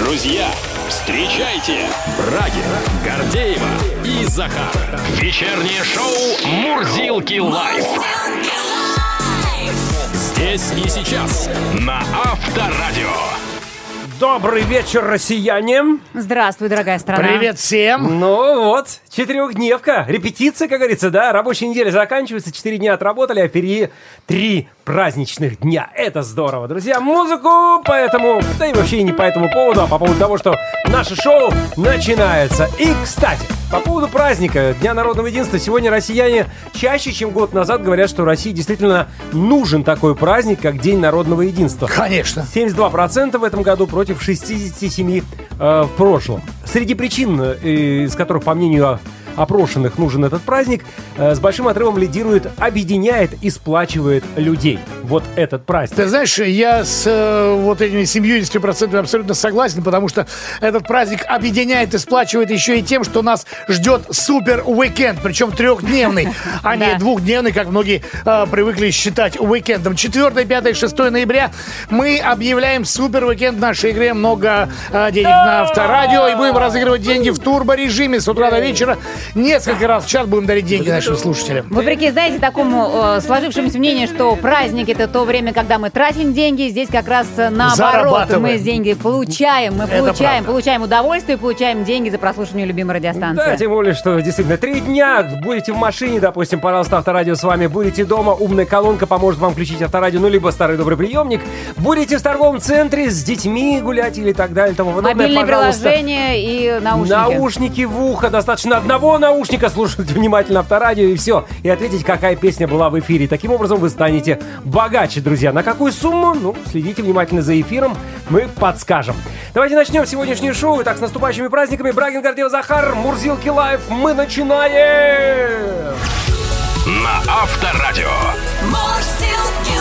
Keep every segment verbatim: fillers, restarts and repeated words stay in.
Друзья, встречайте Брагина, Гордеева и Захар. Вечернее шоу «Мурзилки лайф». Здесь и сейчас на Авторадио. Добрый вечер, россияне! Здравствуй, дорогая страна. Привет всем! Ну вот, четырехдневка, репетиция, как говорится, да? Рабочая неделя заканчивается, четыре дня отработали, а впереди три праздничных дня. Это здорово, друзья. Музыку поэтому, да и вообще не по этому поводу, а по поводу того, что наше шоу начинается. И, кстати, по поводу праздника Дня народного единства. Сегодня россияне чаще, чем год назад, говорят, что России действительно нужен такой праздник, как День народного единства. Конечно. семьдесят два процента в этом году против шестьдесят семь процентов э, в прошлом. Среди причин, э, из которых, по мнению опрошенных, нужен этот праздник, э, с большим отрывом лидирует, объединяет и сплачивает людей. Вот этот праздник. Ты знаешь, я с э, вот этими семьюдесятью процентами абсолютно согласен, потому что этот праздник объединяет и сплачивает еще и тем, что нас ждет супер-уикенд, причем трехдневный, а не двухдневный, как многие э, привыкли считать уикендом. четвёртое, пятое, шестое ноября мы объявляем супер-уикенд в нашей игре. Много э, денег на Авторадио, и будем разыгрывать деньги в турбо-режиме с утра до вечера. Несколько раз в час будем дарить деньги нашим слушателям. Вопреки, знаете, такому э, сложившемуся мнению, что праздник — это то время, когда мы тратим деньги, здесь как раз наоборот. Мы деньги получаем, мы Это получаем, правда. получаем удовольствие, получаем деньги за прослушивание любимой радиостанции. Да, тем более, что действительно три дня. Будете в машине, допустим, пожалуйста, Авторадио с вами. Будете дома, умная колонка поможет вам включить Авторадио, ну, либо старый добрый приемник. Будете в торговом центре с детьми гулять или так далее, тому подобное. Мобильные пожалуйста. приложения и наушники. Наушники в ухо. Достаточно одного наушника, слушать внимательно Авторадио, и все. И ответить, какая песня была в эфире. Таким образом, вы станете богаче, друзья. На какую сумму? Ну, следите внимательно за эфиром. Мы подскажем. Давайте начнем сегодняшнее шоу. Итак, с наступающими праздниками. Брагин, Гордеева, Захар. Мурзилки лайф. Мы начинаем! На Авторадио. Мурзилки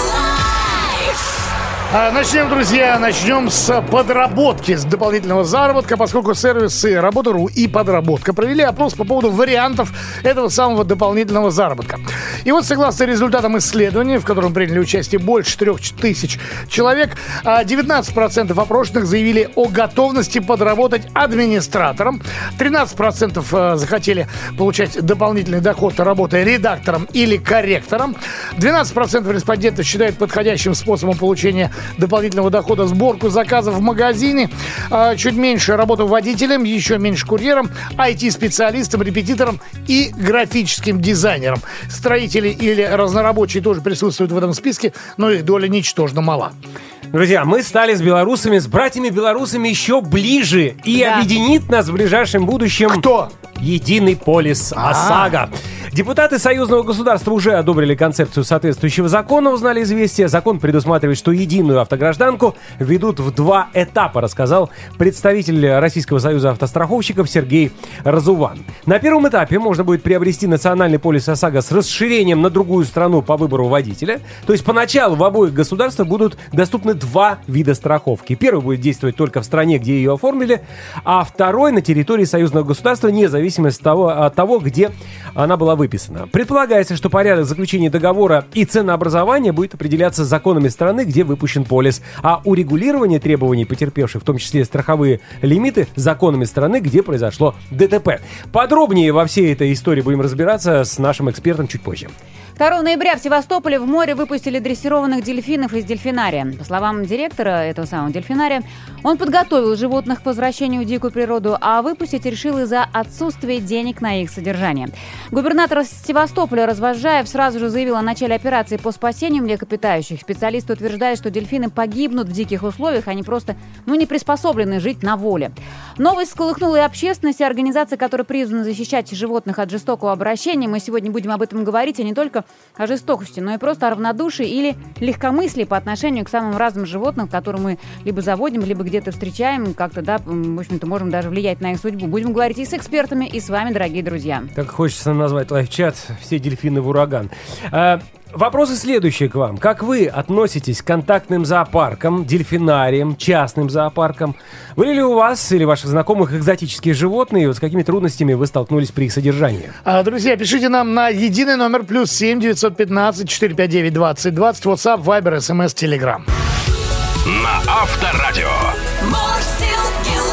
лайф. А, Начнем, друзья, начнем с подработки, с дополнительного заработка, поскольку сервисы Работа.ру и Подработка провели опрос по поводу вариантов этого самого дополнительного заработка. И вот, согласно результатам исследования, в котором приняли участие больше четырех тысяч человек, девятнадцать процентов опрошенных заявили о готовности подработать администратором, тринадцать процентов захотели получать дополнительный доход, работая редактором или корректором, двенадцать процентов респондентов считают подходящим способом получения дополнительного дохода сборку заказов в магазине, чуть меньше работу водителем, еще меньше курьером, ай ти-специалистом, репетитором и графическим дизайнером. Строители или разнорабочие тоже присутствуют в этом списке, но их доля ничтожно мала. Друзья, мы стали с белорусами, с братьями-белорусами еще ближе. И Да. объединит нас в ближайшем будущем... Кто? Единый полис ОСАГО. Депутаты союзного государства уже одобрили концепцию соответствующего закона, узнали известие. Закон предусматривает, что единую автогражданку ведут в два этапа, рассказал представитель Российского союза автостраховщиков Сергей Разуван. На первом этапе можно будет приобрести национальный полис ОСАГО с расширением на другую страну по выбору водителя. То есть поначалу в обоих государствах будут доступны два вида страховки. Первый будет действовать только в стране, где ее оформили, а второй на территории союзного государства, вне зависимости от того, от того, где она была выписана. Предполагается, что порядок заключения договора и ценообразования будет определяться законами страны, где выпущен полис, а урегулирование требований потерпевших, в том числе страховые лимиты, законами страны, где произошло ДТП. Подробнее во всей этой истории будем разбираться с нашим экспертом чуть позже. второго ноября в Севастополе в море выпустили дрессированных дельфинов из дельфинария. По словам директора этого самого дельфинария, он подготовил животных к возвращению в дикую природу, а выпустить решил из-за отсутствия денег на их содержание. Губернатор Севастополя Развозжаев сразу же заявил о начале операции по спасению млекопитающих. Специалисты утверждают, что дельфины погибнут в диких условиях, они просто ну, не приспособлены жить на воле. Новость всколыхнула и общественность, и организация, которая призвана защищать животных от жестокого обращения. Мы сегодня будем об этом говорить, а не только о жестокости, но и просто о равнодушии или легкомыслии по отношению к самым разным животным, которые мы либо заводим, либо где-то встречаем, как-то, да, в общем-то, можем даже влиять на их судьбу. Будем говорить и с экспертами, и с вами, дорогие друзья. Так хочется назвать лайфчат «Все дельфины в ураган». А, вопросы следующие к вам. Как вы относитесь к контактным зоопаркам, дельфинариям, частным зоопаркам? Были ли у вас или ваших знакомых экзотические животные? И вот с какими трудностями вы столкнулись при их содержании? А, друзья, пишите нам на единый номер плюс семь девятьсот пятнадцать четыреста пятьдесят девять двадцать двадцать, WhatsApp, Viber, эс эм эс, Telegram. На Авторадио. Мурзилки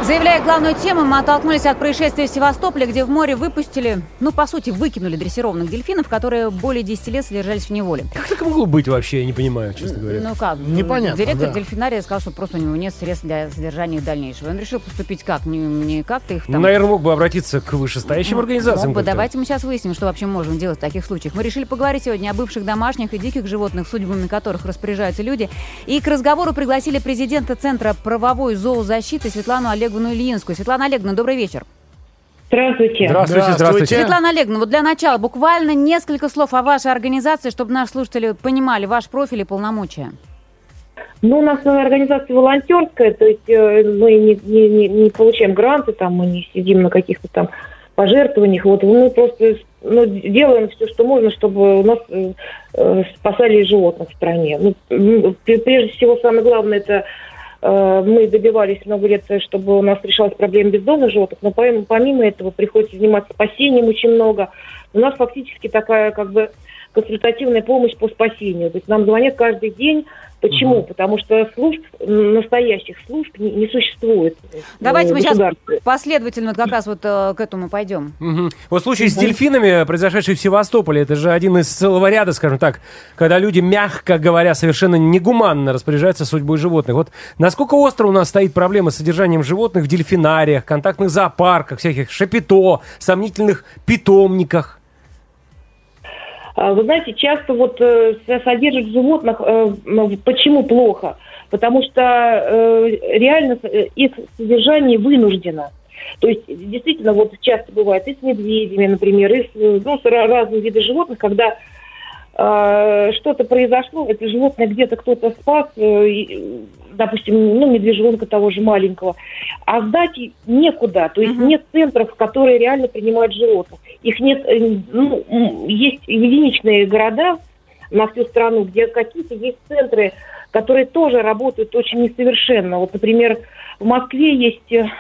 Заявляя главную тему, мы оттолкнулись от происшествия в Севастополе, где в море выпустили, ну, по сути, выкинули дрессированных дельфинов, которые более десяти лет содержались в неволе. Как так могло быть вообще, я не понимаю, честно говоря. Ну как? Непонятно, Директор да. дельфинария сказал, что просто у него нет средств для содержания их дальнейшего. Он решил поступить как? Не, не как-то их там... Ну, наверное, мог бы обратиться к вышестоящим организациям. Мог бы. как-то. Давайте мы сейчас выясним, что вообще можем делать в таких случаях. Мы решили поговорить сегодня о бывших домашних и диких животных, судьбами которых распоряжаются люди. И к разговору пригласили президента Центра правовой зоозащиты Светлану Олеговну Ильинскую. Светлана Олеговна, добрый вечер. Здравствуйте. Здравствуйте, здравствуйте. Здравствуйте. Светлана Олеговна, вот для начала буквально несколько слов о вашей организации, чтобы наши слушатели понимали ваш профиль и полномочия. Ну, у нас организация волонтерская, то есть э, мы не, не, не, не получаем гранты, там, мы не сидим на каких-то там пожертвованиях. Вот мы просто ну, делаем все, что можно, чтобы у нас э, э, спасали животных в стране. Ну, прежде всего, самое главное, это э, мы добивались много лет, чтобы у нас решалась проблема бездомных животных, но помимо, помимо этого приходится заниматься спасением очень много. У нас фактически такая как бы консультативная помощь по спасению. То есть нам звонят каждый день. Почему? Угу. Потому что служб, настоящих служб не, не существует. Давайте мы сейчас последовательно как раз вот э, к этому пойдем. Угу. Вот случай с дельфинами, произошедший в Севастополе, это же один из целого ряда, скажем так, когда люди, мягко говоря, совершенно негуманно распоряжаются судьбой животных. Вот насколько остро у нас стоит проблема с содержанием животных в дельфинариях, контактных зоопарках, всяких шапито, сомнительных питомниках? Вы знаете, часто вот э, содержат животных, э, почему плохо? Потому что э, реально их содержание вынуждено. То есть, действительно, вот часто бывает и с медведями, например, и с, ну, с разными видами животных, когда э, что-то произошло, это животное где-то кто-то спас, э, допустим, ну, медвежонка того же маленького, а сдать некуда, то есть uh-huh. нет центров, которые реально принимают животных. Их нет, ну, есть единичные города на всю страну, где какие-то есть центры, которые тоже работают очень несовершенно. Вот, например, в Москве есть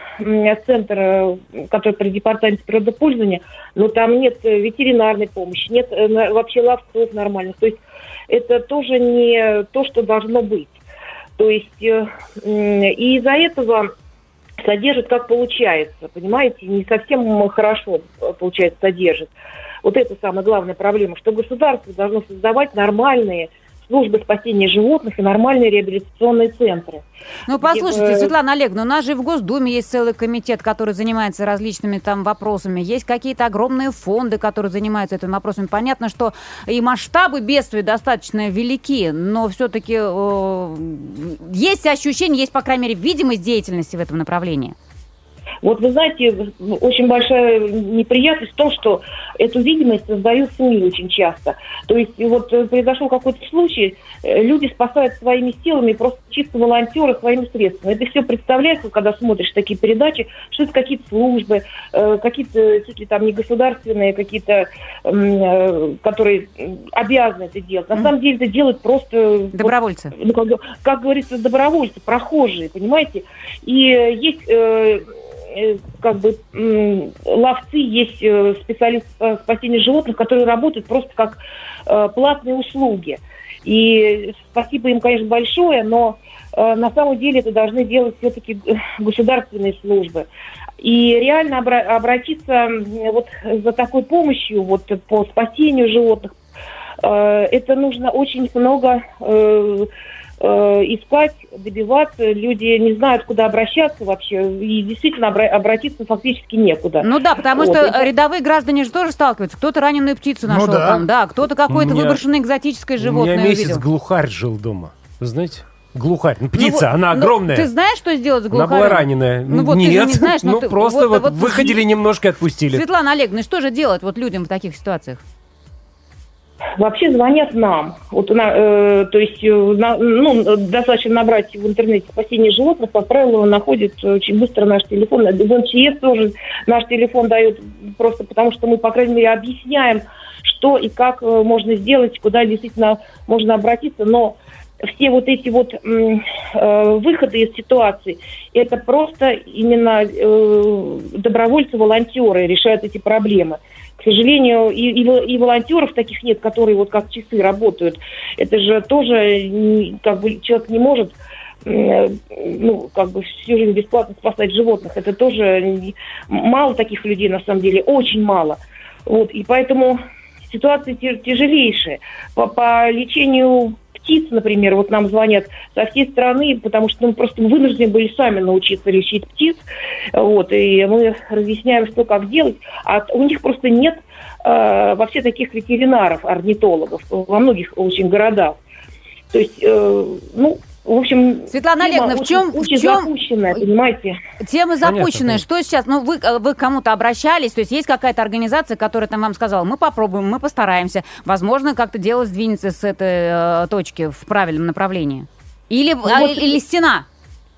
центр, который при департаменте природопользования, но там нет ветеринарной помощи, нет вообще ловцов нормальных. То есть это тоже не то, что должно быть. То есть и из-за этого содержит как получается, понимаете, не совсем хорошо, получается, содержит. Вот это самая главная проблема, что государство должно создавать нормальные службы спасения животных и нормальные реабилитационные центры. Ну, послушайте, Где... Светлана Олеговна, у нас же в Госдуме есть целый комитет, который занимается различными там вопросами. Есть какие-то огромные фонды, которые занимаются этими вопросами. Понятно, что и масштабы бедствия достаточно велики, но все-таки э, есть ощущение, есть, по крайней мере, видимость деятельности в этом направлении. Вот вы знаете, очень большая неприятность в том, что эту видимость создают СМИ очень часто. То есть вот произошел какой-то случай, люди спасают своими силами, просто чисто волонтеры своими средствами. Это все представляется, когда смотришь такие передачи, что это какие-то службы, какие-то чуть ли там не государственные, какие-то, которые обязаны это делать. На самом деле это делают просто... Добровольцы. Вот, ну, как, как говорится, добровольцы, прохожие, понимаете? И есть... как бы ловцы, есть специалисты по спасению животных, которые работают просто как э, платные услуги. И спасибо им, конечно, большое, но э, на самом деле это должны делать все-таки государственные службы. И реально обра- обратиться вот за такой помощью вот, по спасению животных, э, это нужно очень много... Э, искать, добиваться. Люди не знают, куда обращаться вообще. И действительно обра- обратиться фактически некуда. Ну да, потому вот. что рядовые граждане же тоже сталкиваются. Кто-то раненую птицу нашел, ну, да. там, да, кто-то какое-то меня, выброшенное экзотическое животное увидел. У меня месяц увидел. Глухарь жил дома. Вы знаете? Глухарь. Ну, птица, ну, она ну, огромная. Ты знаешь, что сделать с глухарем? Она была раненая. Ну, вот Нет, ты же не знаешь, ну ты, просто вот, вот, вот выходили немножко и отпустили. Светлана Олеговна, что же делать вот людям в таких ситуациях? Вообще звонят нам. Вот, э, то есть, э, на, ну, достаточно набрать в интернете спасение животных, как правило, находит очень быстро наш телефон. В эм че эс тоже наш телефон дает, просто потому что мы, по крайней мере, объясняем, что и как э, можно сделать, куда действительно можно обратиться. Но все вот эти вот э, выходы из ситуации, это просто именно э, добровольцы-волонтеры решают эти проблемы. К сожалению, и, и, и волонтеров таких нет, которые вот как часы работают. Это же тоже как бы человек не может ну, как бы всю жизнь бесплатно спасать животных. Это тоже мало таких людей, на самом деле, очень мало. Вот, и поэтому ситуация тяжелейшая. По, по лечению птиц, например, вот нам звонят со всей страны, потому что мы просто вынуждены были сами научиться лечить птиц, вот, и мы разъясняем, что как делать, а у них просто нет э, вообще таких ветеринаров, орнитологов во многих очень городах. То есть, э, ну, в общем, Светлана Олеговна, в чем, очень в чем запущенная, понимаете? Тема запущенная. Понятно. Что сейчас? Ну, вы, вы к кому-то обращались, то есть есть какая-то организация, которая там вам сказала, мы попробуем, мы постараемся. Возможно, как-то дело сдвинется с этой э, точки в правильном направлении. Или, Ну, а, вот- или стена.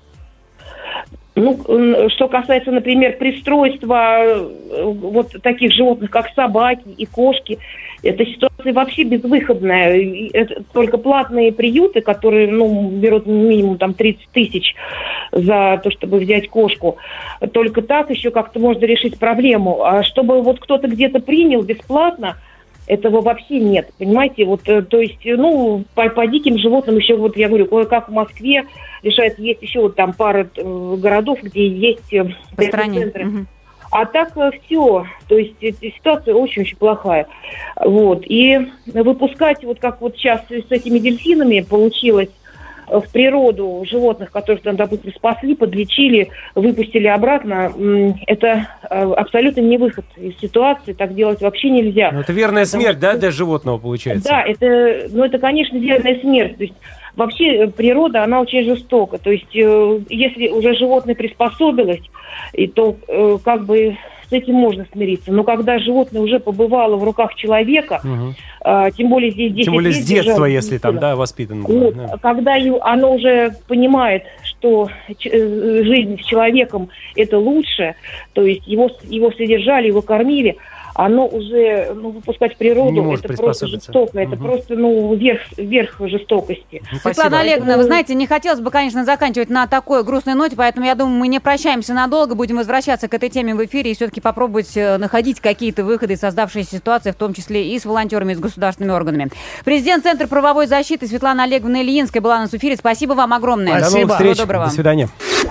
Ну, м, что касается, например, пристройства э, вот таких животных, как собаки и кошки, эта ситуация вообще безвыходная. И это только платные приюты, которые, ну, берут минимум там тридцать тысяч за то, чтобы взять кошку. Только так еще как-то можно решить проблему. А чтобы вот кто-то где-то принял бесплатно, этого вообще нет, понимаете? Вот, э, то есть, э, ну, по, по диким животным еще, вот я говорю, кое-как в Москве решается, есть еще вот там пара э, городов, где есть э, По стране. центры. Мгм. А так все, то есть э, ситуация очень-очень плохая. Вот. И выпускать, вот как вот сейчас с этими дельфинами получилось, в природу животных, которых там, допустим, спасли, подлечили, выпустили обратно, м, это э, абсолютно не выход из ситуации, так делать вообще нельзя. Ну, это верная Потому смерть, да, что- для животного получается? Да, это, ну, это, конечно, верная смерть. То есть вообще э, природа, она очень жестока. То есть э, если уже животное приспособилось, и то э, как бы с этим можно смириться. Но когда животное уже побывало в руках человека, Мгм. э, тем более здесь десять Тем более с лет детства, держали если там, дельфина. да, воспитан был. Вот, да. когда ю- оно уже понимает, что ч- э, жизнь с человеком это лучше, то есть его, с- его содержали, его кормили, оно уже, ну, выпускать в природу, Не может это просто приспособиться. жестоко, это Мгм. просто, ну, верх, верх жестокости. Ну, спасибо. Светлана Олеговна, вы Поэтому- знаете, не хотелось бы, конечно, заканчивать на такой грустной ноте, поэтому я думаю, мы не прощаемся надолго, будем возвращаться к этой теме в эфире и все-таки попробовать э, находить какие-то выходы из создавшейся ситуации, в том числе и с волонтерами, и с государственными органами. Президент Центра правовой защиты Светлана Олеговна Ильинская была у нас в эфире. Спасибо вам огромное. До Спасибо. новых встреч. Всего доброго. До свидания.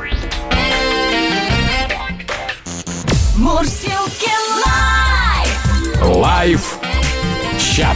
Мурсилки лайф. Лайф чат.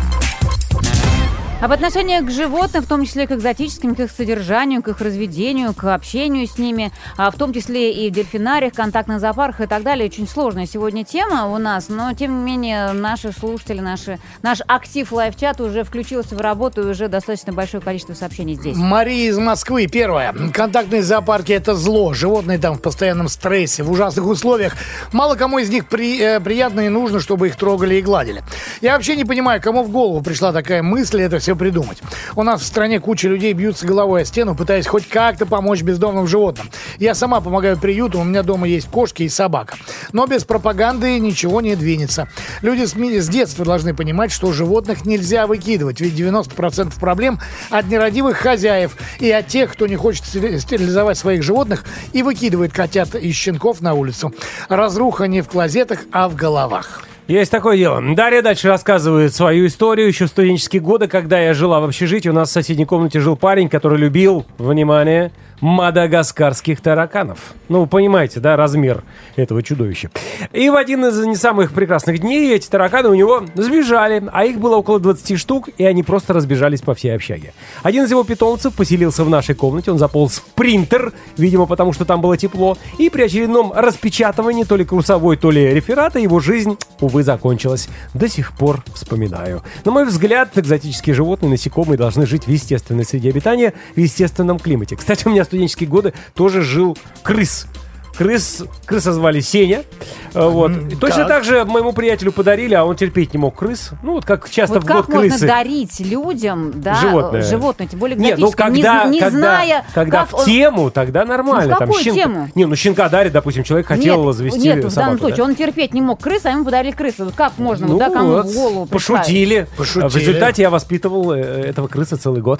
Об отношении к животным, в том числе к экзотическим, к их содержанию, к их разведению, к общению с ними, а в том числе и в дельфинариях, контактных зоопарках и так далее. Очень сложная сегодня тема у нас, но тем не менее наши слушатели, наши, наш актив лайв-чат уже включился в работу и уже достаточно большое количество сообщений здесь. Мария из Москвы. Первое. Контактные зоопарки – это зло. Животные там в постоянном стрессе, в ужасных условиях. Мало кому из них при, э, приятно и нужно, чтобы их трогали и гладили. Я вообще не понимаю, кому в голову пришла такая мысль это все придумать. У нас в стране куча людей бьются головой о стену, пытаясь хоть как-то помочь бездомным животным. Я сама помогаю приюту, у меня дома есть кошки и собака. Но без пропаганды ничего не двинется. Люди с, ми- с детства должны понимать, что животных нельзя выкидывать, ведь девяносто процентов проблем от нерадивых хозяев и от тех, кто не хочет стери- стерилизовать своих животных и выкидывает котят и щенков на улицу. Разруха не в клозетах, а в головах. Есть такое дело. Дарья дальше рассказывает свою историю. Еще в студенческие годы, когда я жила в общежитии, у нас в соседней комнате жил парень, который любил, внимание, мадагаскарских тараканов. Ну, вы понимаете, да, размер этого чудовища. И в один из не самых прекрасных дней эти тараканы у него сбежали, а их было около двадцати штук, и они просто разбежались по всей общаге. Один из его питомцев поселился в нашей комнате, он заполз в принтер, видимо, потому что там было тепло, и при очередном распечатывании то ли курсовой, то ли реферата его жизнь, увы, закончилась. До сих пор вспоминаю. На мой взгляд, экзотические животные, насекомые должны жить в естественной среде обитания, в естественном климате. Кстати, у меня в студенческие годы тоже жил крыс. Крыс, крыса звали Сеня. Э, Вот. И точно так. так же моему приятелю подарили, а он терпеть не мог крыс. Ну, вот как часто Вот в как год можно крысы. дарить людям, да, Животное. животное, тем более Не, ну экзотическое, не когда, з- не, когда, зная, когда как в он- тему, тогда нормально. Ну, в Там какую щенка- тему? Не, ну щенка дарит, допустим, человек хотел нет, завести нет, в собаку. данном да? случае он терпеть не мог крыс, а ему подарили крысу. Вот как можно, Ну вот, да, кому вот, в голову представить? пошутили. Пошутили. В результате я воспитывал э, этого крыса целый год.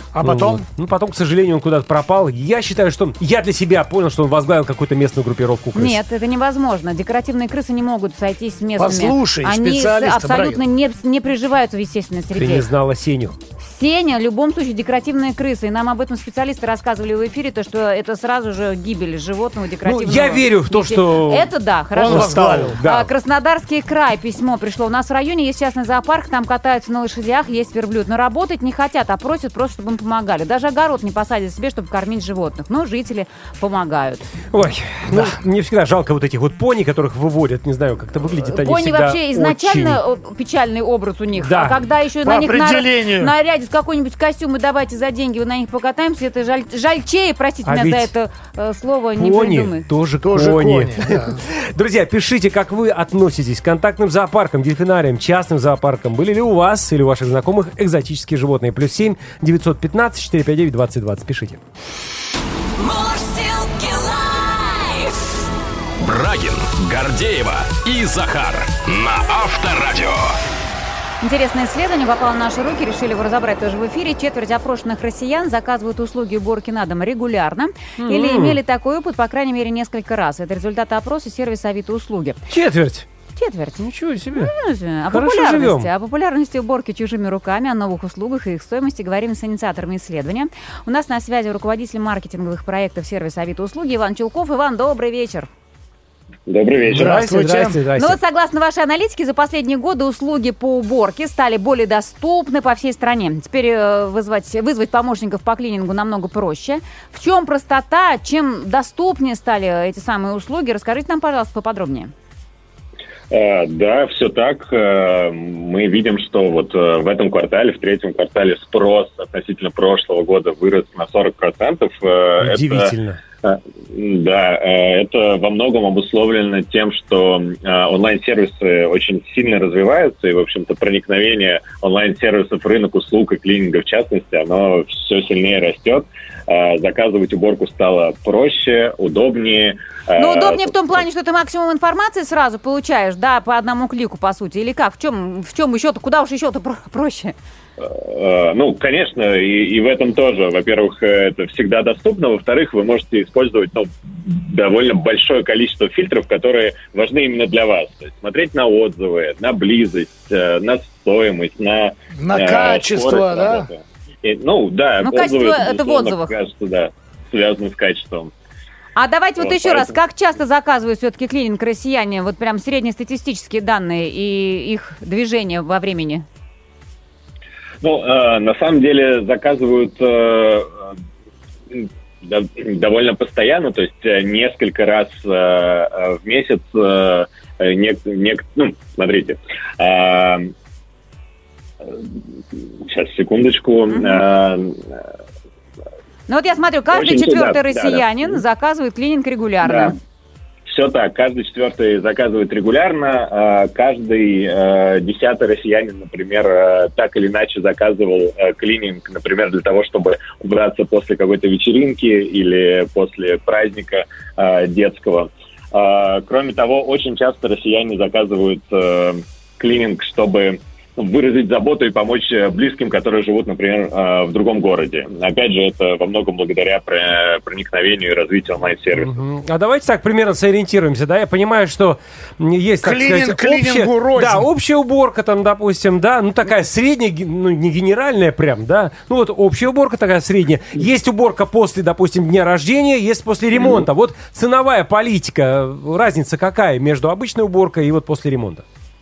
А Ну потом? вот. Ну, потом, к сожалению, он куда-то пропал. Я считаю, что он... Я для себя понял, что он возглавил какую-то местную группировку крыс. Нет, это невозможно. Декоративные крысы не могут сойтись с местными. Послушай, Они специалиста, абсолютно не, не приживаются в естественной Ты не среде. знала Сеню. Сеня, в любом случае, декоративные крысы. И нам об этом специалисты рассказывали в эфире, то, что это сразу же гибель животного декоративного. Ну, я верю в то, что Это да, хорошо. Он возглавил. Да. А, Краснодарский край, письмо пришло. У нас в районе есть частный зоопарк, там катаются на лошадях, есть верблюд. Но работать не хотят, а просят просто, чтобы им помогали. Даже огород не посадят себе, чтобы кормить животных. Но жители помогают. Ой, ну, мне всегда жалко вот этих вот пони, которых выводят. Не знаю, как-то выглядит они Пони всегда вообще изначально очень... о, печальный образ у них. Да. А когда еще По на них на- определению. нарядят какой-нибудь костюм и давайте за деньги вы на них покатаемся, это жаль, жальчее, простите А меня ведь за это э, слово, не Пони придумать. тоже, Тоже кони. кони, да. Друзья, пишите, как вы относитесь к контактным зоопаркам, дельфинариям, частным зоопаркам. Были ли у вас или у ваших знакомых экзотические животные? Плюс семь девятьсот пятнадцать четыреста пятьдесят девять двадцать двадцать. Пишите. Мурзилки лайф. Брагин, Гордеева и Захар на Авторадио. Интересное исследование попало в наши руки, решили его разобрать тоже в эфире. Четверть опрошенных россиян заказывают услуги уборки на дом регулярно М-м. или имели такой опыт, по крайней мере, несколько раз. Это результаты опроса сервиса Авито услуги. Четверть. Четверть. Ничего себе. О Хорошо популярности, живем. о популярности уборки чужими руками, о новых услугах и их стоимости говорим с инициаторами исследования. У нас на связи руководитель маркетинговых проектов сервиса Авито услуги Иван Чулков. Иван, добрый вечер. Добрый вечер. Здравствуйте. Здрасте, здрасте. Ну вот, согласно вашей аналитике, за последние годы услуги по уборке стали более доступны по всей стране. Теперь э, вызвать, вызвать помощников по клинингу намного проще. В чем простота, чем доступнее стали эти самые услуги? Расскажите нам, пожалуйста, поподробнее. Э, Да, все так. Э, Мы видим, что вот э, в этом квартале, в третьем квартале спрос относительно прошлого года вырос на сорок процентов. Э, Удивительно. Это, э, да, э, это во многом обусловлено тем, что э, онлайн-сервисы очень сильно развиваются, и, в общем-то, проникновение онлайн-сервисов в рынок услуг и клининга, в частности, оно все сильнее растет. Э, Заказывать уборку стало проще, удобнее. Ну, Э, удобнее в том плане, что ты максимум информации сразу получаешь, да, по одному клику, по сути, или как? В чем, в чем еще-то, куда уж еще-то про- проще? Э, Ну, конечно, и, и в этом тоже. Во-первых, это всегда доступно. Во-вторых, вы можете использовать ну, довольно большое количество фильтров, которые важны именно для вас. То есть смотреть на отзывы, на близость, э, на стоимость, на... На э, качество, скорость да? работы. И, ну, да. Ну, отзывы, качество это в безусловно, отзывах. Кажется, да, связано с качеством. А давайте вот Вот, еще раз, поэтому- как часто заказывают все-таки клининг россияне? Вот прям среднестатистические данные и их движение во времени. Ну, э, на самом деле заказывают э, э, да- довольно постоянно, то есть э, несколько раз э, э, в месяц. Э, э, нек- нек- ну, смотрите. Э, э, сейчас, секундочку. Э, Ну вот я смотрю, каждый Очень, четвертый да, да, россиянин да. заказывает клининг регулярно. Да. Все так. Каждый четвертый заказывает регулярно. а Каждый э, десятый россиянин, например, э, так или иначе заказывал э, клининг, например, для того, чтобы убраться после какой-то вечеринки или после праздника э, детского. А, Кроме того, очень часто россияне заказывают э, клининг, чтобы выразить заботу и помочь э, близким, которые живут, например, э, в другом городе. Опять же, это во многом благодаря про- проникновению и развитию онлайн-сервисов. Мгм. А давайте так примерно сориентируемся, да? Я понимаю, что есть, так Клининг сказать, клинингу общая, рознь. да, общая уборка там, допустим, да, ну такая средняя, ге- ну не генеральная прям, да, ну вот общая уборка такая средняя. Есть уборка после, допустим, дня рождения, есть после ремонта. Вот ценовая политика, разница какая между обычной уборкой и вот после ремонта?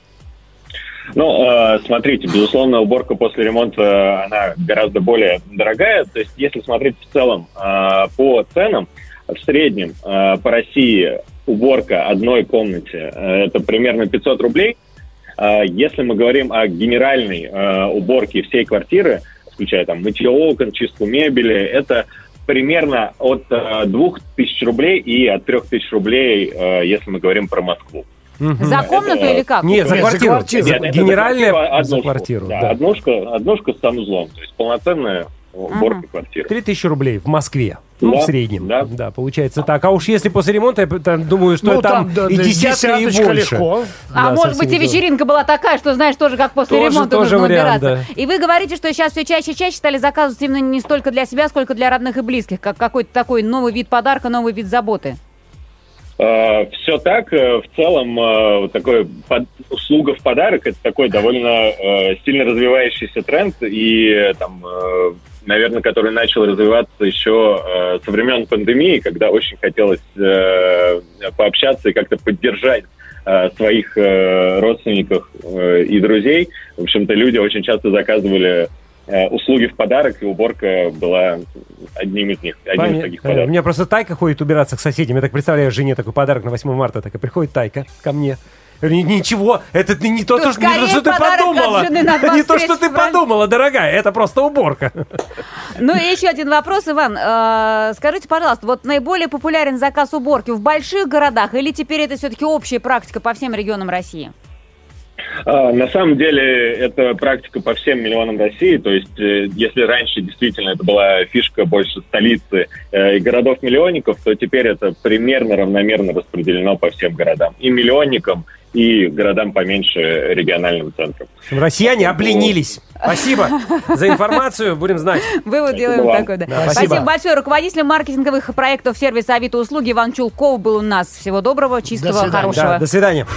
Ну, э, смотрите, безусловно, уборка после ремонта, э, она гораздо более дорогая. То есть, если смотреть в целом э, по ценам, в среднем э, по России уборка одной комнате э, это примерно пятьсот рублей. Э, если мы говорим о генеральной э, уборке всей квартиры, включая там мытье окон, чистку мебели, это примерно от э, двух тысяч рублей и от трех тысяч рублей, э, если мы говорим про Москву. Мгм. За комнату Это- или как? Нет, за Нет, за квартиру. квартиру. За- Нет, это Генеральная за за однушку. квартиру. Да, Да. Однушка, однушка с санузлом. То есть полноценная уборка Ага. квартиры. Три тысячи рублей в Москве. Ну, Да, в среднем. да. Да, получается так. А уж если после ремонта, я там думаю, что Ну, там, да, и да, десятка, и десяточка больше. легко. А Да, может со быть, и всеми делами. вечеринка была такая, что, знаешь, тоже как после Тоже- ремонта тоже нужно вариант, убираться. И вы говорите, что сейчас все чаще и чаще стали заказывать именно не столько для себя, сколько для родных и близких, как какой-то такой новый вид подарка, новый вид заботы. Все так. э, В целом, э, вот такой под- услуга в подарок – это такой довольно э, сильно развивающийся тренд, и э, там, э, наверное, который начал развиваться еще э, со времен пандемии, когда очень хотелось э, пообщаться и как-то поддержать э, своих э, родственников э, и друзей. В общем-то, люди очень часто заказывали э, услуги в подарок, и уборка была одним из них, одним из Понятно. таких У подарков. меня просто Тайка ходит убираться к соседям. Я так представляю жене такой подарок на восьмое марта. Так и приходит Тайка ко мне. Я говорю, ничего, это не, не то, Тут то, что, не то, скорее что ты подарок от подумала. жены на Не то, что двадцать третьего ты подумала, дорогая. Это просто уборка. Ну и еще один вопрос, Иван. Э, Скажите, пожалуйста, вот наиболее популярен заказ уборки в больших городах или теперь это все-таки общая практика по всем регионам России? А, На самом деле, это практика по всем миллионам России. То есть, э, если раньше действительно это была фишка больше столицы э, и городов-миллионников, то теперь это примерно равномерно распределено по всем городам. И миллионникам, и городам поменьше региональным центрам. Россияне обленились. Спасибо за информацию. Будем знать. Вывод делаем вам. такой, да. Да, Спасибо. спасибо. большое. Руководитель маркетинговых проектов сервиса Авито услуги Иван Чулков был у нас. Всего доброго, чистого, свидания. хорошего. Да, до свидания.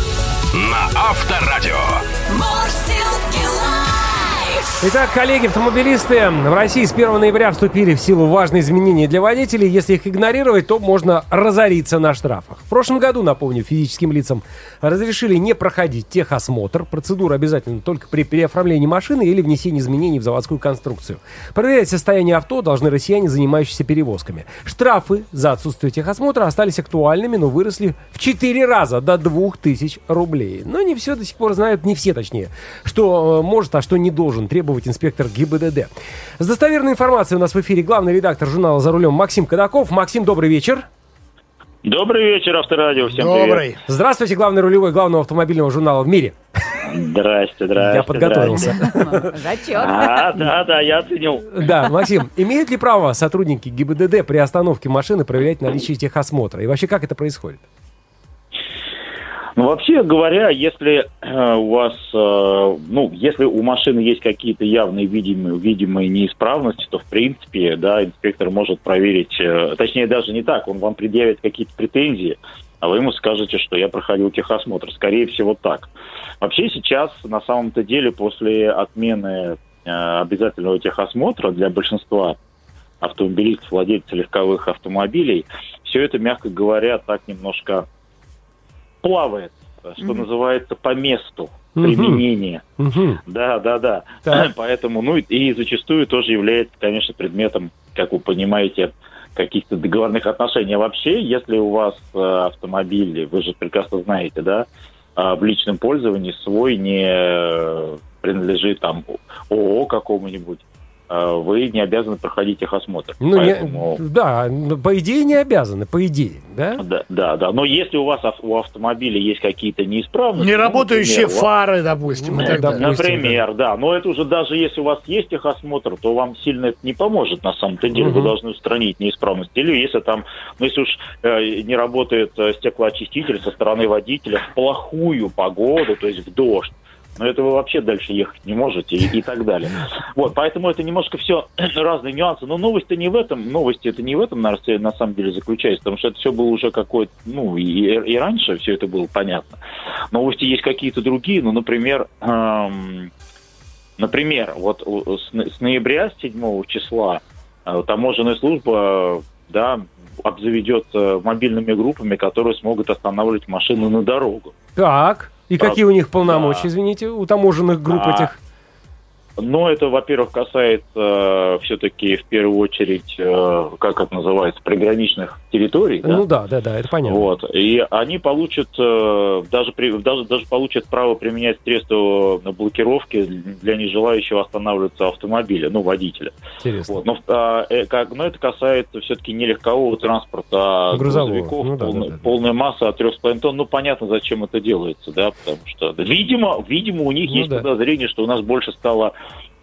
На Авторадио. Мурзилки лайф. Итак, коллеги-автомобилисты, в России с первого ноября вступили в силу важные изменения для водителей. Если их игнорировать, то можно разориться на штрафах. В прошлом году, напомню, физическим лицам разрешили не проходить техосмотр. Процедура обязательна только при переоформлении машины или внесении изменений в заводскую конструкцию. Проверять состояние авто должны россияне, занимающиеся перевозками. Штрафы за отсутствие техосмотра остались актуальными, но выросли в четыре раза, до двух тысяч рублей. Но не все до сих пор знают, не все точнее, что э, может, а что не должен требовать инспектор ГИБДД. С достоверной информацией у нас в эфире главный редактор журнала «За рулем» Максим Кадаков. Максим, добрый вечер. Добрый вечер, Авторадио, всем Добрый. привет. Здравствуйте, главный рулевой главного автомобильного журнала в мире. Здрасте, здрасте. Я подготовился. Зачет. А, да, да, я оценил. Да, Максим, имеют ли право сотрудники ГИБДД при остановке машины проверять наличие техосмотра? И вообще, как это происходит? Ну, вообще говоря, если э, у вас, э, ну, если у машины есть какие-то явные видимые, видимые неисправности, то, в принципе, да, инспектор может проверить, э, точнее, даже не так, он вам предъявит какие-то претензии, а вы ему скажете, что я проходил техосмотр. Скорее всего, так. Вообще сейчас, на самом-то деле, после отмены э, обязательного техосмотра для большинства автомобилистов, владельцев легковых автомобилей, все это, мягко говоря, так немножко плавает, что Мгм. называется, по месту Мгм. применения. Мгм. Да, да, да. Так. Поэтому, ну, и зачастую тоже является, конечно, предметом, как вы понимаете, каких-то договорных отношений. А вообще, если у вас э, автомобиль, вы же прекрасно знаете, да, э, в личном пользовании свой не э, принадлежит там ООО какому-нибудь, э, вы не обязаны проходить техосмотр. Ну, Поэтому... не, да, ну, по идее не обязаны, по идее, да? Да, да, да. Но если у вас ав- у автомобиля есть какие-то неисправности... Не ну, работающие например, фары, допустим, Ну, и так да, далее. допустим, Например, да. Но это уже даже если у вас есть техосмотр, то вам сильно это не поможет на самом-то деле. Вы Мгм. должны устранить неисправность. Или если там, ну если уж э, не работает э, стеклоочиститель со стороны водителя в плохую погоду, то есть в дождь, но это вы вообще дальше ехать не можете и, и так далее. Вот, поэтому это немножко все разные нюансы. Но новость-то не в этом, новости это не в этом, на, на самом деле, заключается, потому что это все было уже какое-то, ну, и, и раньше все это было понятно. Новости есть какие-то другие, ну, например, эм, например, вот у- с, с ноября, с седьмого числа, э, таможенная служба, да, обзаведет э, мобильными группами, которые смогут останавливать машину на дорогу. Так, и Да. какие у них полномочия, Да. извините, у таможенных групп А, этих? Но это, во-первых, касается э, все-таки в первую очередь, э, как это называется, приграничных территорий. Да? Ну да, да, да, это понятно. Вот. И они получат, э, даже, при, даже, даже получат право применять средства блокировки для нежелающего останавливаться автомобиля, ну, водителя. Интересно. Вот. Но, а, э, как, но это касается все-таки не легкового транспорта, а Грузового. грузовиков, Ну да, полная, да, да. полная масса от трех с половиной тонн. Ну, понятно, зачем это делается, да, потому что, видимо, видимо у них Ну есть да. подозрение, что у нас больше стало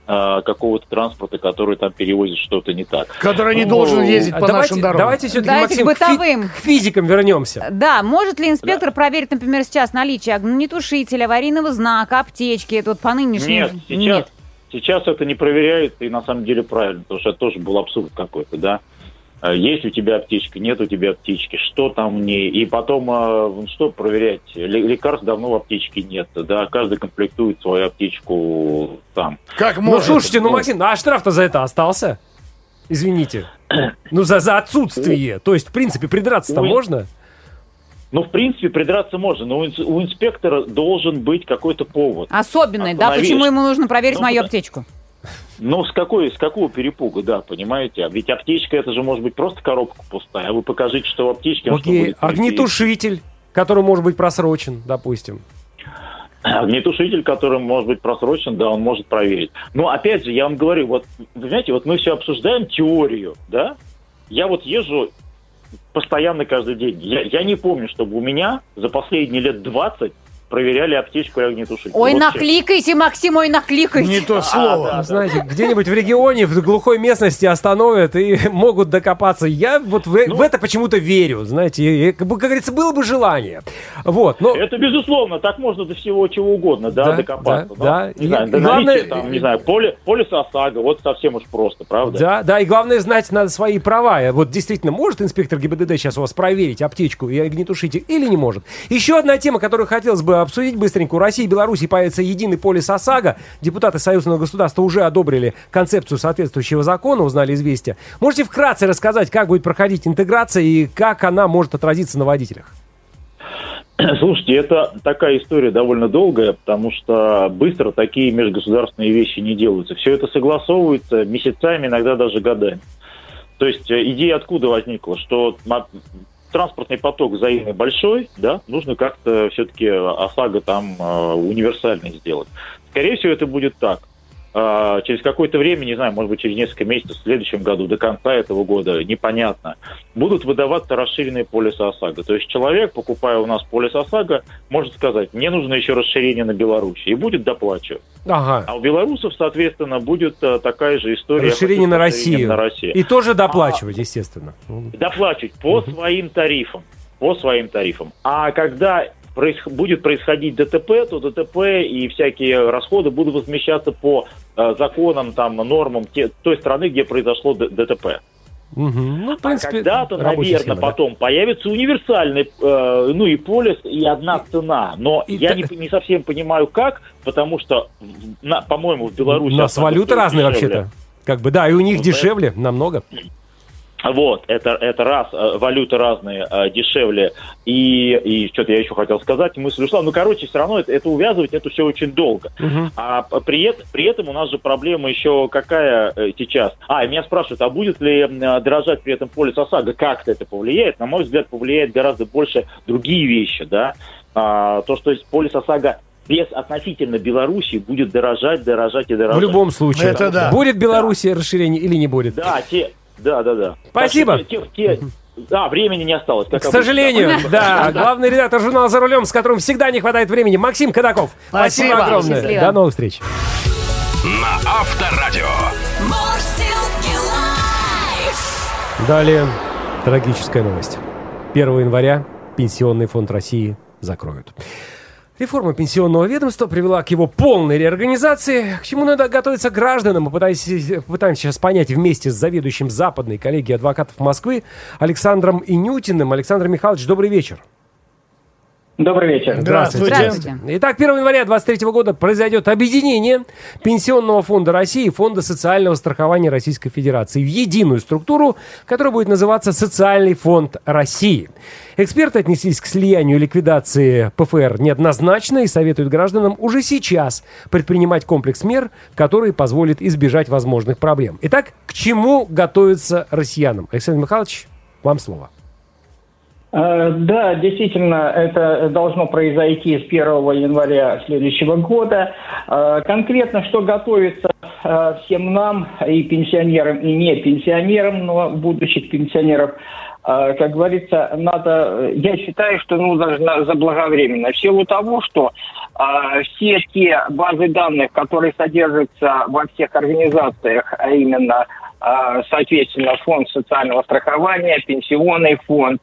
э, какого-то транспорта, который там перевозит что-то не так. Который не Ну, должен ездить по давайте, нашим дорогам. давайте все-таки, Давайте Максим, к бытовым. к, фи- к физикам вернемся. Да, может ли инспектор проверить, например, сейчас наличие огнетушителя, аварийного знака, аптечки? Это вот по нынешнему... Нет, сейчас, сейчас это не проверяется, и на самом деле правильно, потому что это тоже был абсурд какой-то, да. Есть у тебя аптечка, нет у тебя аптечки, что там в ней, и потом, э, что проверять, лекарств давно в аптечке нет, да, каждый комплектует свою аптечку там. Как Ну, можно? слушайте, ну, Максим, а штраф-то за это остался? Извините. Ну, за, за отсутствие. То есть, в принципе, придраться-то Ой. можно? Ну, в принципе, придраться можно, но у инс- у инспектора должен быть какой-то повод. Особенный, да? Остановишь. Почему ему нужно проверить Ну, мою да. аптечку? Ну, с какой, с какого перепуга, да, понимаете? А ведь аптечка, это же может быть просто коробка пустая, а вы покажите, что в аптечке... а что Окей, будет внутри. огнетушитель, который может быть просрочен, допустим. Огнетушитель, который может быть просрочен, да, он может проверить. Но, опять же, я вам говорю, вот, вы знаете, вот мы все обсуждаем теорию, да? Я вот езжу постоянно каждый день. Я, я не помню, чтобы у меня за последние лет двадцать проверяли аптечку и огнетушитель. Ой, Вот накликайте, Максим, ой, накликайте. Не то слово. да. Знаете, где-нибудь в регионе, в глухой местности остановят и могут докопаться. Я вот в, Ну. в это почему-то верю, знаете, и, как, бы, как говорится, было бы желание. Вот, но... Это безусловно, так можно до всего чего угодно, да, Да, докопаться. да, да. Не И- знаю, и до главное- наличия, там, не знаю, поле, полис ОСАГО, вот совсем уж просто, правда? Да, да, и главное знать надо свои права. Вот действительно, может инспектор ГИБДД сейчас у вас проверить аптечку и огнетушитель или не может? Еще одна тема, которую хотелось бы обсудить быстренько. У России и Беларуси появится единый полис ОСАГО. Депутаты союзного государства уже одобрили концепцию соответствующего закона, узнали известия. Можете вкратце рассказать, как будет проходить интеграция и как она может отразиться на водителях? Слушайте, это такая история довольно долгая, потому что быстро такие межгосударственные вещи не делаются. Все это согласовывается месяцами, иногда даже годами. То есть э, идея откуда возникла, что ма- транспортный поток взаимный большой, да, нужно как-то все-таки ОСАГО там э, универсальный сделать. Скорее всего, это будет так. Э, через какое-то время, не знаю, может быть, через несколько месяцев, в следующем году, до конца этого года, непонятно, будут выдаваться расширенные полисы ОСАГО. То есть человек, покупая у нас полис ОСАГО, может сказать, мне нужно еще расширение на Беларусь, и будет доплачивать. Ага. А у белорусов, соответственно, будет э, такая же история. Расширение на расширением Россию. на Россию. И тоже доплачивать, естественно. Доплачивать по своим тарифам. По своим тарифам. А когда проис- будет происходить ДТП, то ДТП и всякие расходы будут возмещаться по э, законам, там, нормам те- той страны, где произошло д- ДТП. Мгм. Ну, в А принципе, когда-то, рабочая наверное, схема, да. потом появится универсальный, э, ну и полис, и одна цена. Но И я та- не, не совсем понимаю, как, потому что, в- на- по-моему, в Беларуси... У нас ОСАГО валюты стоит разные дешевле. вообще-то. Как бы, да, и у них Ну, дешевле намного. Вот, это, это раз, э, валюты разные, э, дешевле, и, и что-то я еще хотел сказать, мысль ушла, ну, короче, все равно это, это увязывать, это все очень долго. Мгм. А п- при, эт- при этом у нас же проблема еще какая э, сейчас? А, и меня спрашивают, а будет ли э, дорожать при этом полис ОСАГО, как-то это повлияет? На мой взгляд, повлияет гораздо больше другие вещи, да, а, то, что полис ОСАГО без относительно Беларуси будет дорожать, дорожать и дорожать. В любом случае. Это да. Будет в Беларуси расширение или не будет? Да, те, да, да, да. Спасибо. Так что те- те- да, времени не осталось. Как К сожалению, обычно. да. Главный редактор журнала «За рулем», с которым всегда не хватает времени, Максим Кадаков. Спасибо, Спасибо. огромное. Счастливо. До новых встреч. На Авторадио. Морсилки лайф. Далее трагическая новость. первого января Пенсионный фонд России закроют. Реформа пенсионного ведомства привела к его полной реорганизации, к чему надо готовиться гражданам. Мы пытаемся, пытаемся сейчас понять вместе с заведующим Западной коллегией адвокатов Москвы Александром Инютиным. Александр Михайлович, добрый вечер. Добрый вечер. Здравствуйте. Здравствуйте. Итак, первого января две тысячи двадцать третьего года произойдет объединение Пенсионного фонда России и Фонда социального страхования Российской Федерации в единую структуру, которая будет называться Социальный фонд России. Эксперты отнеслись к слиянию и ликвидации ПФР неоднозначно и советуют гражданам уже сейчас предпринимать комплекс мер, который позволит избежать возможных проблем. Итак, к чему готовиться россиянам? Александр Михайлович, вам слово. Э, Да, действительно, это должно произойти с первого января следующего года. Э, Конкретно, что готовится э, всем нам, и пенсионерам, и не пенсионерам, но будущих пенсионеров, э, как говорится, надо, я считаю, что нужно заблаговременно. В силу того, что э, все те базы данных, которые содержатся во всех организациях, а именно, э, соответственно, фонд социального страхования, пенсионный фонд,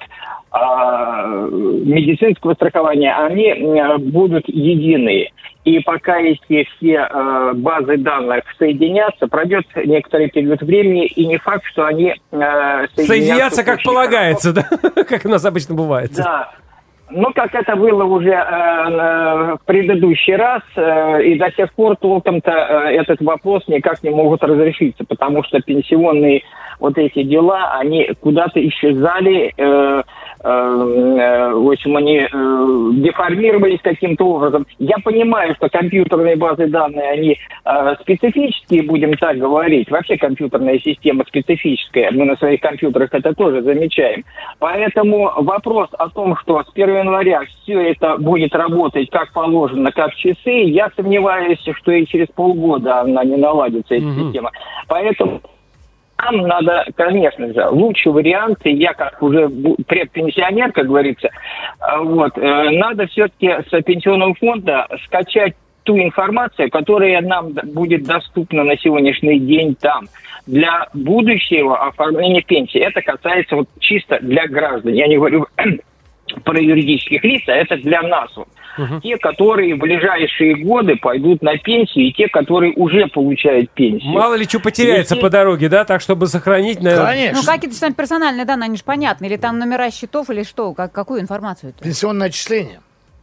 медицинского страхования, они будут единые. И пока эти все э, базы данных соединятся, пройдет некоторый период времени, и не факт, что они э, соединятся... Соединятся, как полагается, да? Как у нас обычно бывает. Да. Ну, как это было уже э, в предыдущий раз, э, и до сих пор толком-то э, этот вопрос никак не могут разрешиться, потому что пенсионные вот эти дела, они куда-то исчезали, э, э, в общем, они э, деформировались каким-то образом. Я понимаю, что компьютерные базы данных, они э, специфические, будем так говорить. Вообще компьютерная система специфическая. Мы на своих компьютерах это тоже замечаем. Поэтому вопрос о том, что с первого января все это будет работать как положено, как часы, я сомневаюсь, что и через полгода она не наладится, эта mm-hmm. система. Поэтому нам надо, конечно же, лучший вариант, я как уже предпенсионер, как говорится, вот, надо все-таки с пенсионного фонда скачать ту информацию, которая нам будет доступна на сегодняшний день там. Для будущего оформления пенсии. Это касается вот чисто для граждан. Я не говорю про юридических лиц, а это для нас. Вот. Угу. Те, которые в ближайшие годы пойдут на пенсию, и те, которые уже получают пенсию. Мало ли что потеряется Если... по дороге, да? Так, чтобы сохранить... Наверное... Конечно. Ну, какие-то там персональные данные, они же понятны. Или там номера счетов, или что? Как, какую информацию? -то? Пенсионное отчисление.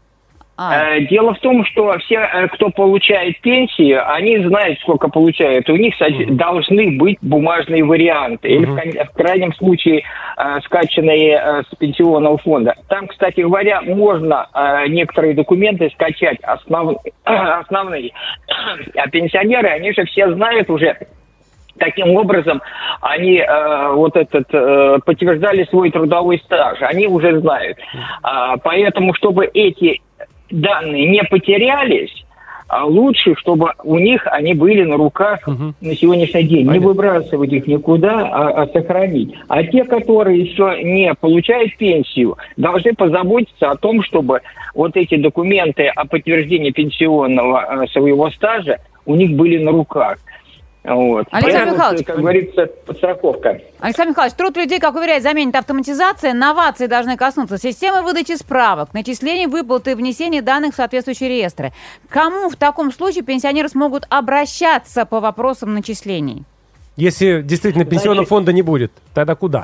А. Дело в том, что все, кто получает пенсию, они знают, сколько получают. У них mm-hmm. должны быть бумажные варианты. Mm-hmm. Или в, в крайнем случае э, скачанные э, с пенсионного фонда. Там, кстати говоря, можно э, некоторые документы скачать основ, э, основные. А пенсионеры, они же все знают уже... Таким образом, они э, вот этот э, подтверждали свой трудовой стаж. Они уже знают. А, поэтому, чтобы эти данные не потерялись, а лучше, чтобы у них они были на руках угу. на сегодняшний день. Понятно. Не выбрасывать их никуда, а, а сохранить. А те, которые еще не получают пенсию, должны позаботиться о том, чтобы вот эти документы о подтверждении пенсионного э, своего стажа у них были на руках. Вот. Александр Михайлович, как говорится, подстраховка. Александр Михайлович, труд людей, как уверяет, заменит автоматизация. Новации должны коснуться системы выдачи справок, начислений, выплаты и внесения данных в соответствующие реестры. Кому в таком случае пенсионеры смогут обращаться по вопросам начислений? Если действительно пенсионного Значит... фонда не будет, тогда куда?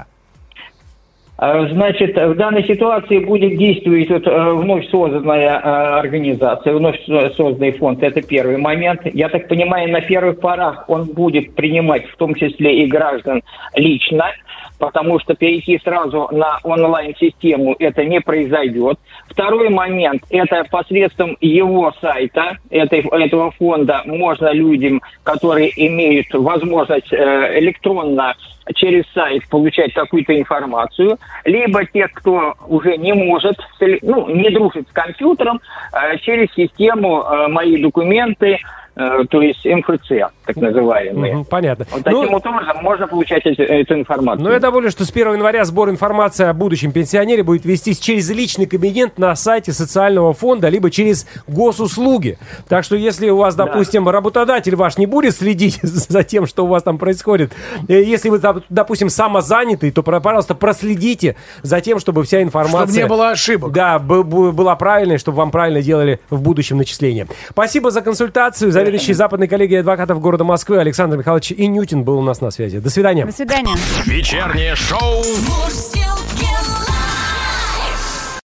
Значит, в данной ситуации будет действовать вот, вновь созданная организация, вновь созданный фонд. Это первый момент. Я так понимаю, на первых порах он будет принимать в том числе и граждан лично, потому что перейти сразу на онлайн-систему это не произойдет. Второй момент, это посредством его сайта, этой, этого фонда, можно людям, которые имеют возможность э, электронно через сайт получать какую-то информацию, либо те, кто уже не может, ну, не дружит с компьютером, э, через систему э, «Мои документы», то есть эм эф цэ, так называемые. Угу, понятно. Вот таким ну, вот образом можно получать эту, эту информацию. Но я добавлю, что с первого января сбор информации о будущем пенсионере будет вестись через личный кабинет на сайте социального фонда, либо через госуслуги. Так что если у вас, допустим, да. работодатель ваш не будет следить за тем, что у вас там происходит, если вы, допустим, самозанятый, то, пожалуйста, проследите за тем, чтобы вся информация... Чтобы не было ошибок. Да, была правильной, чтобы вам правильно делали в будущем начисления. Спасибо за консультацию. За Заведующий западной коллегией адвокатов города Москвы Александр Михайлович Инютин был у нас на связи. До свидания. До свидания. Вечернее шоу.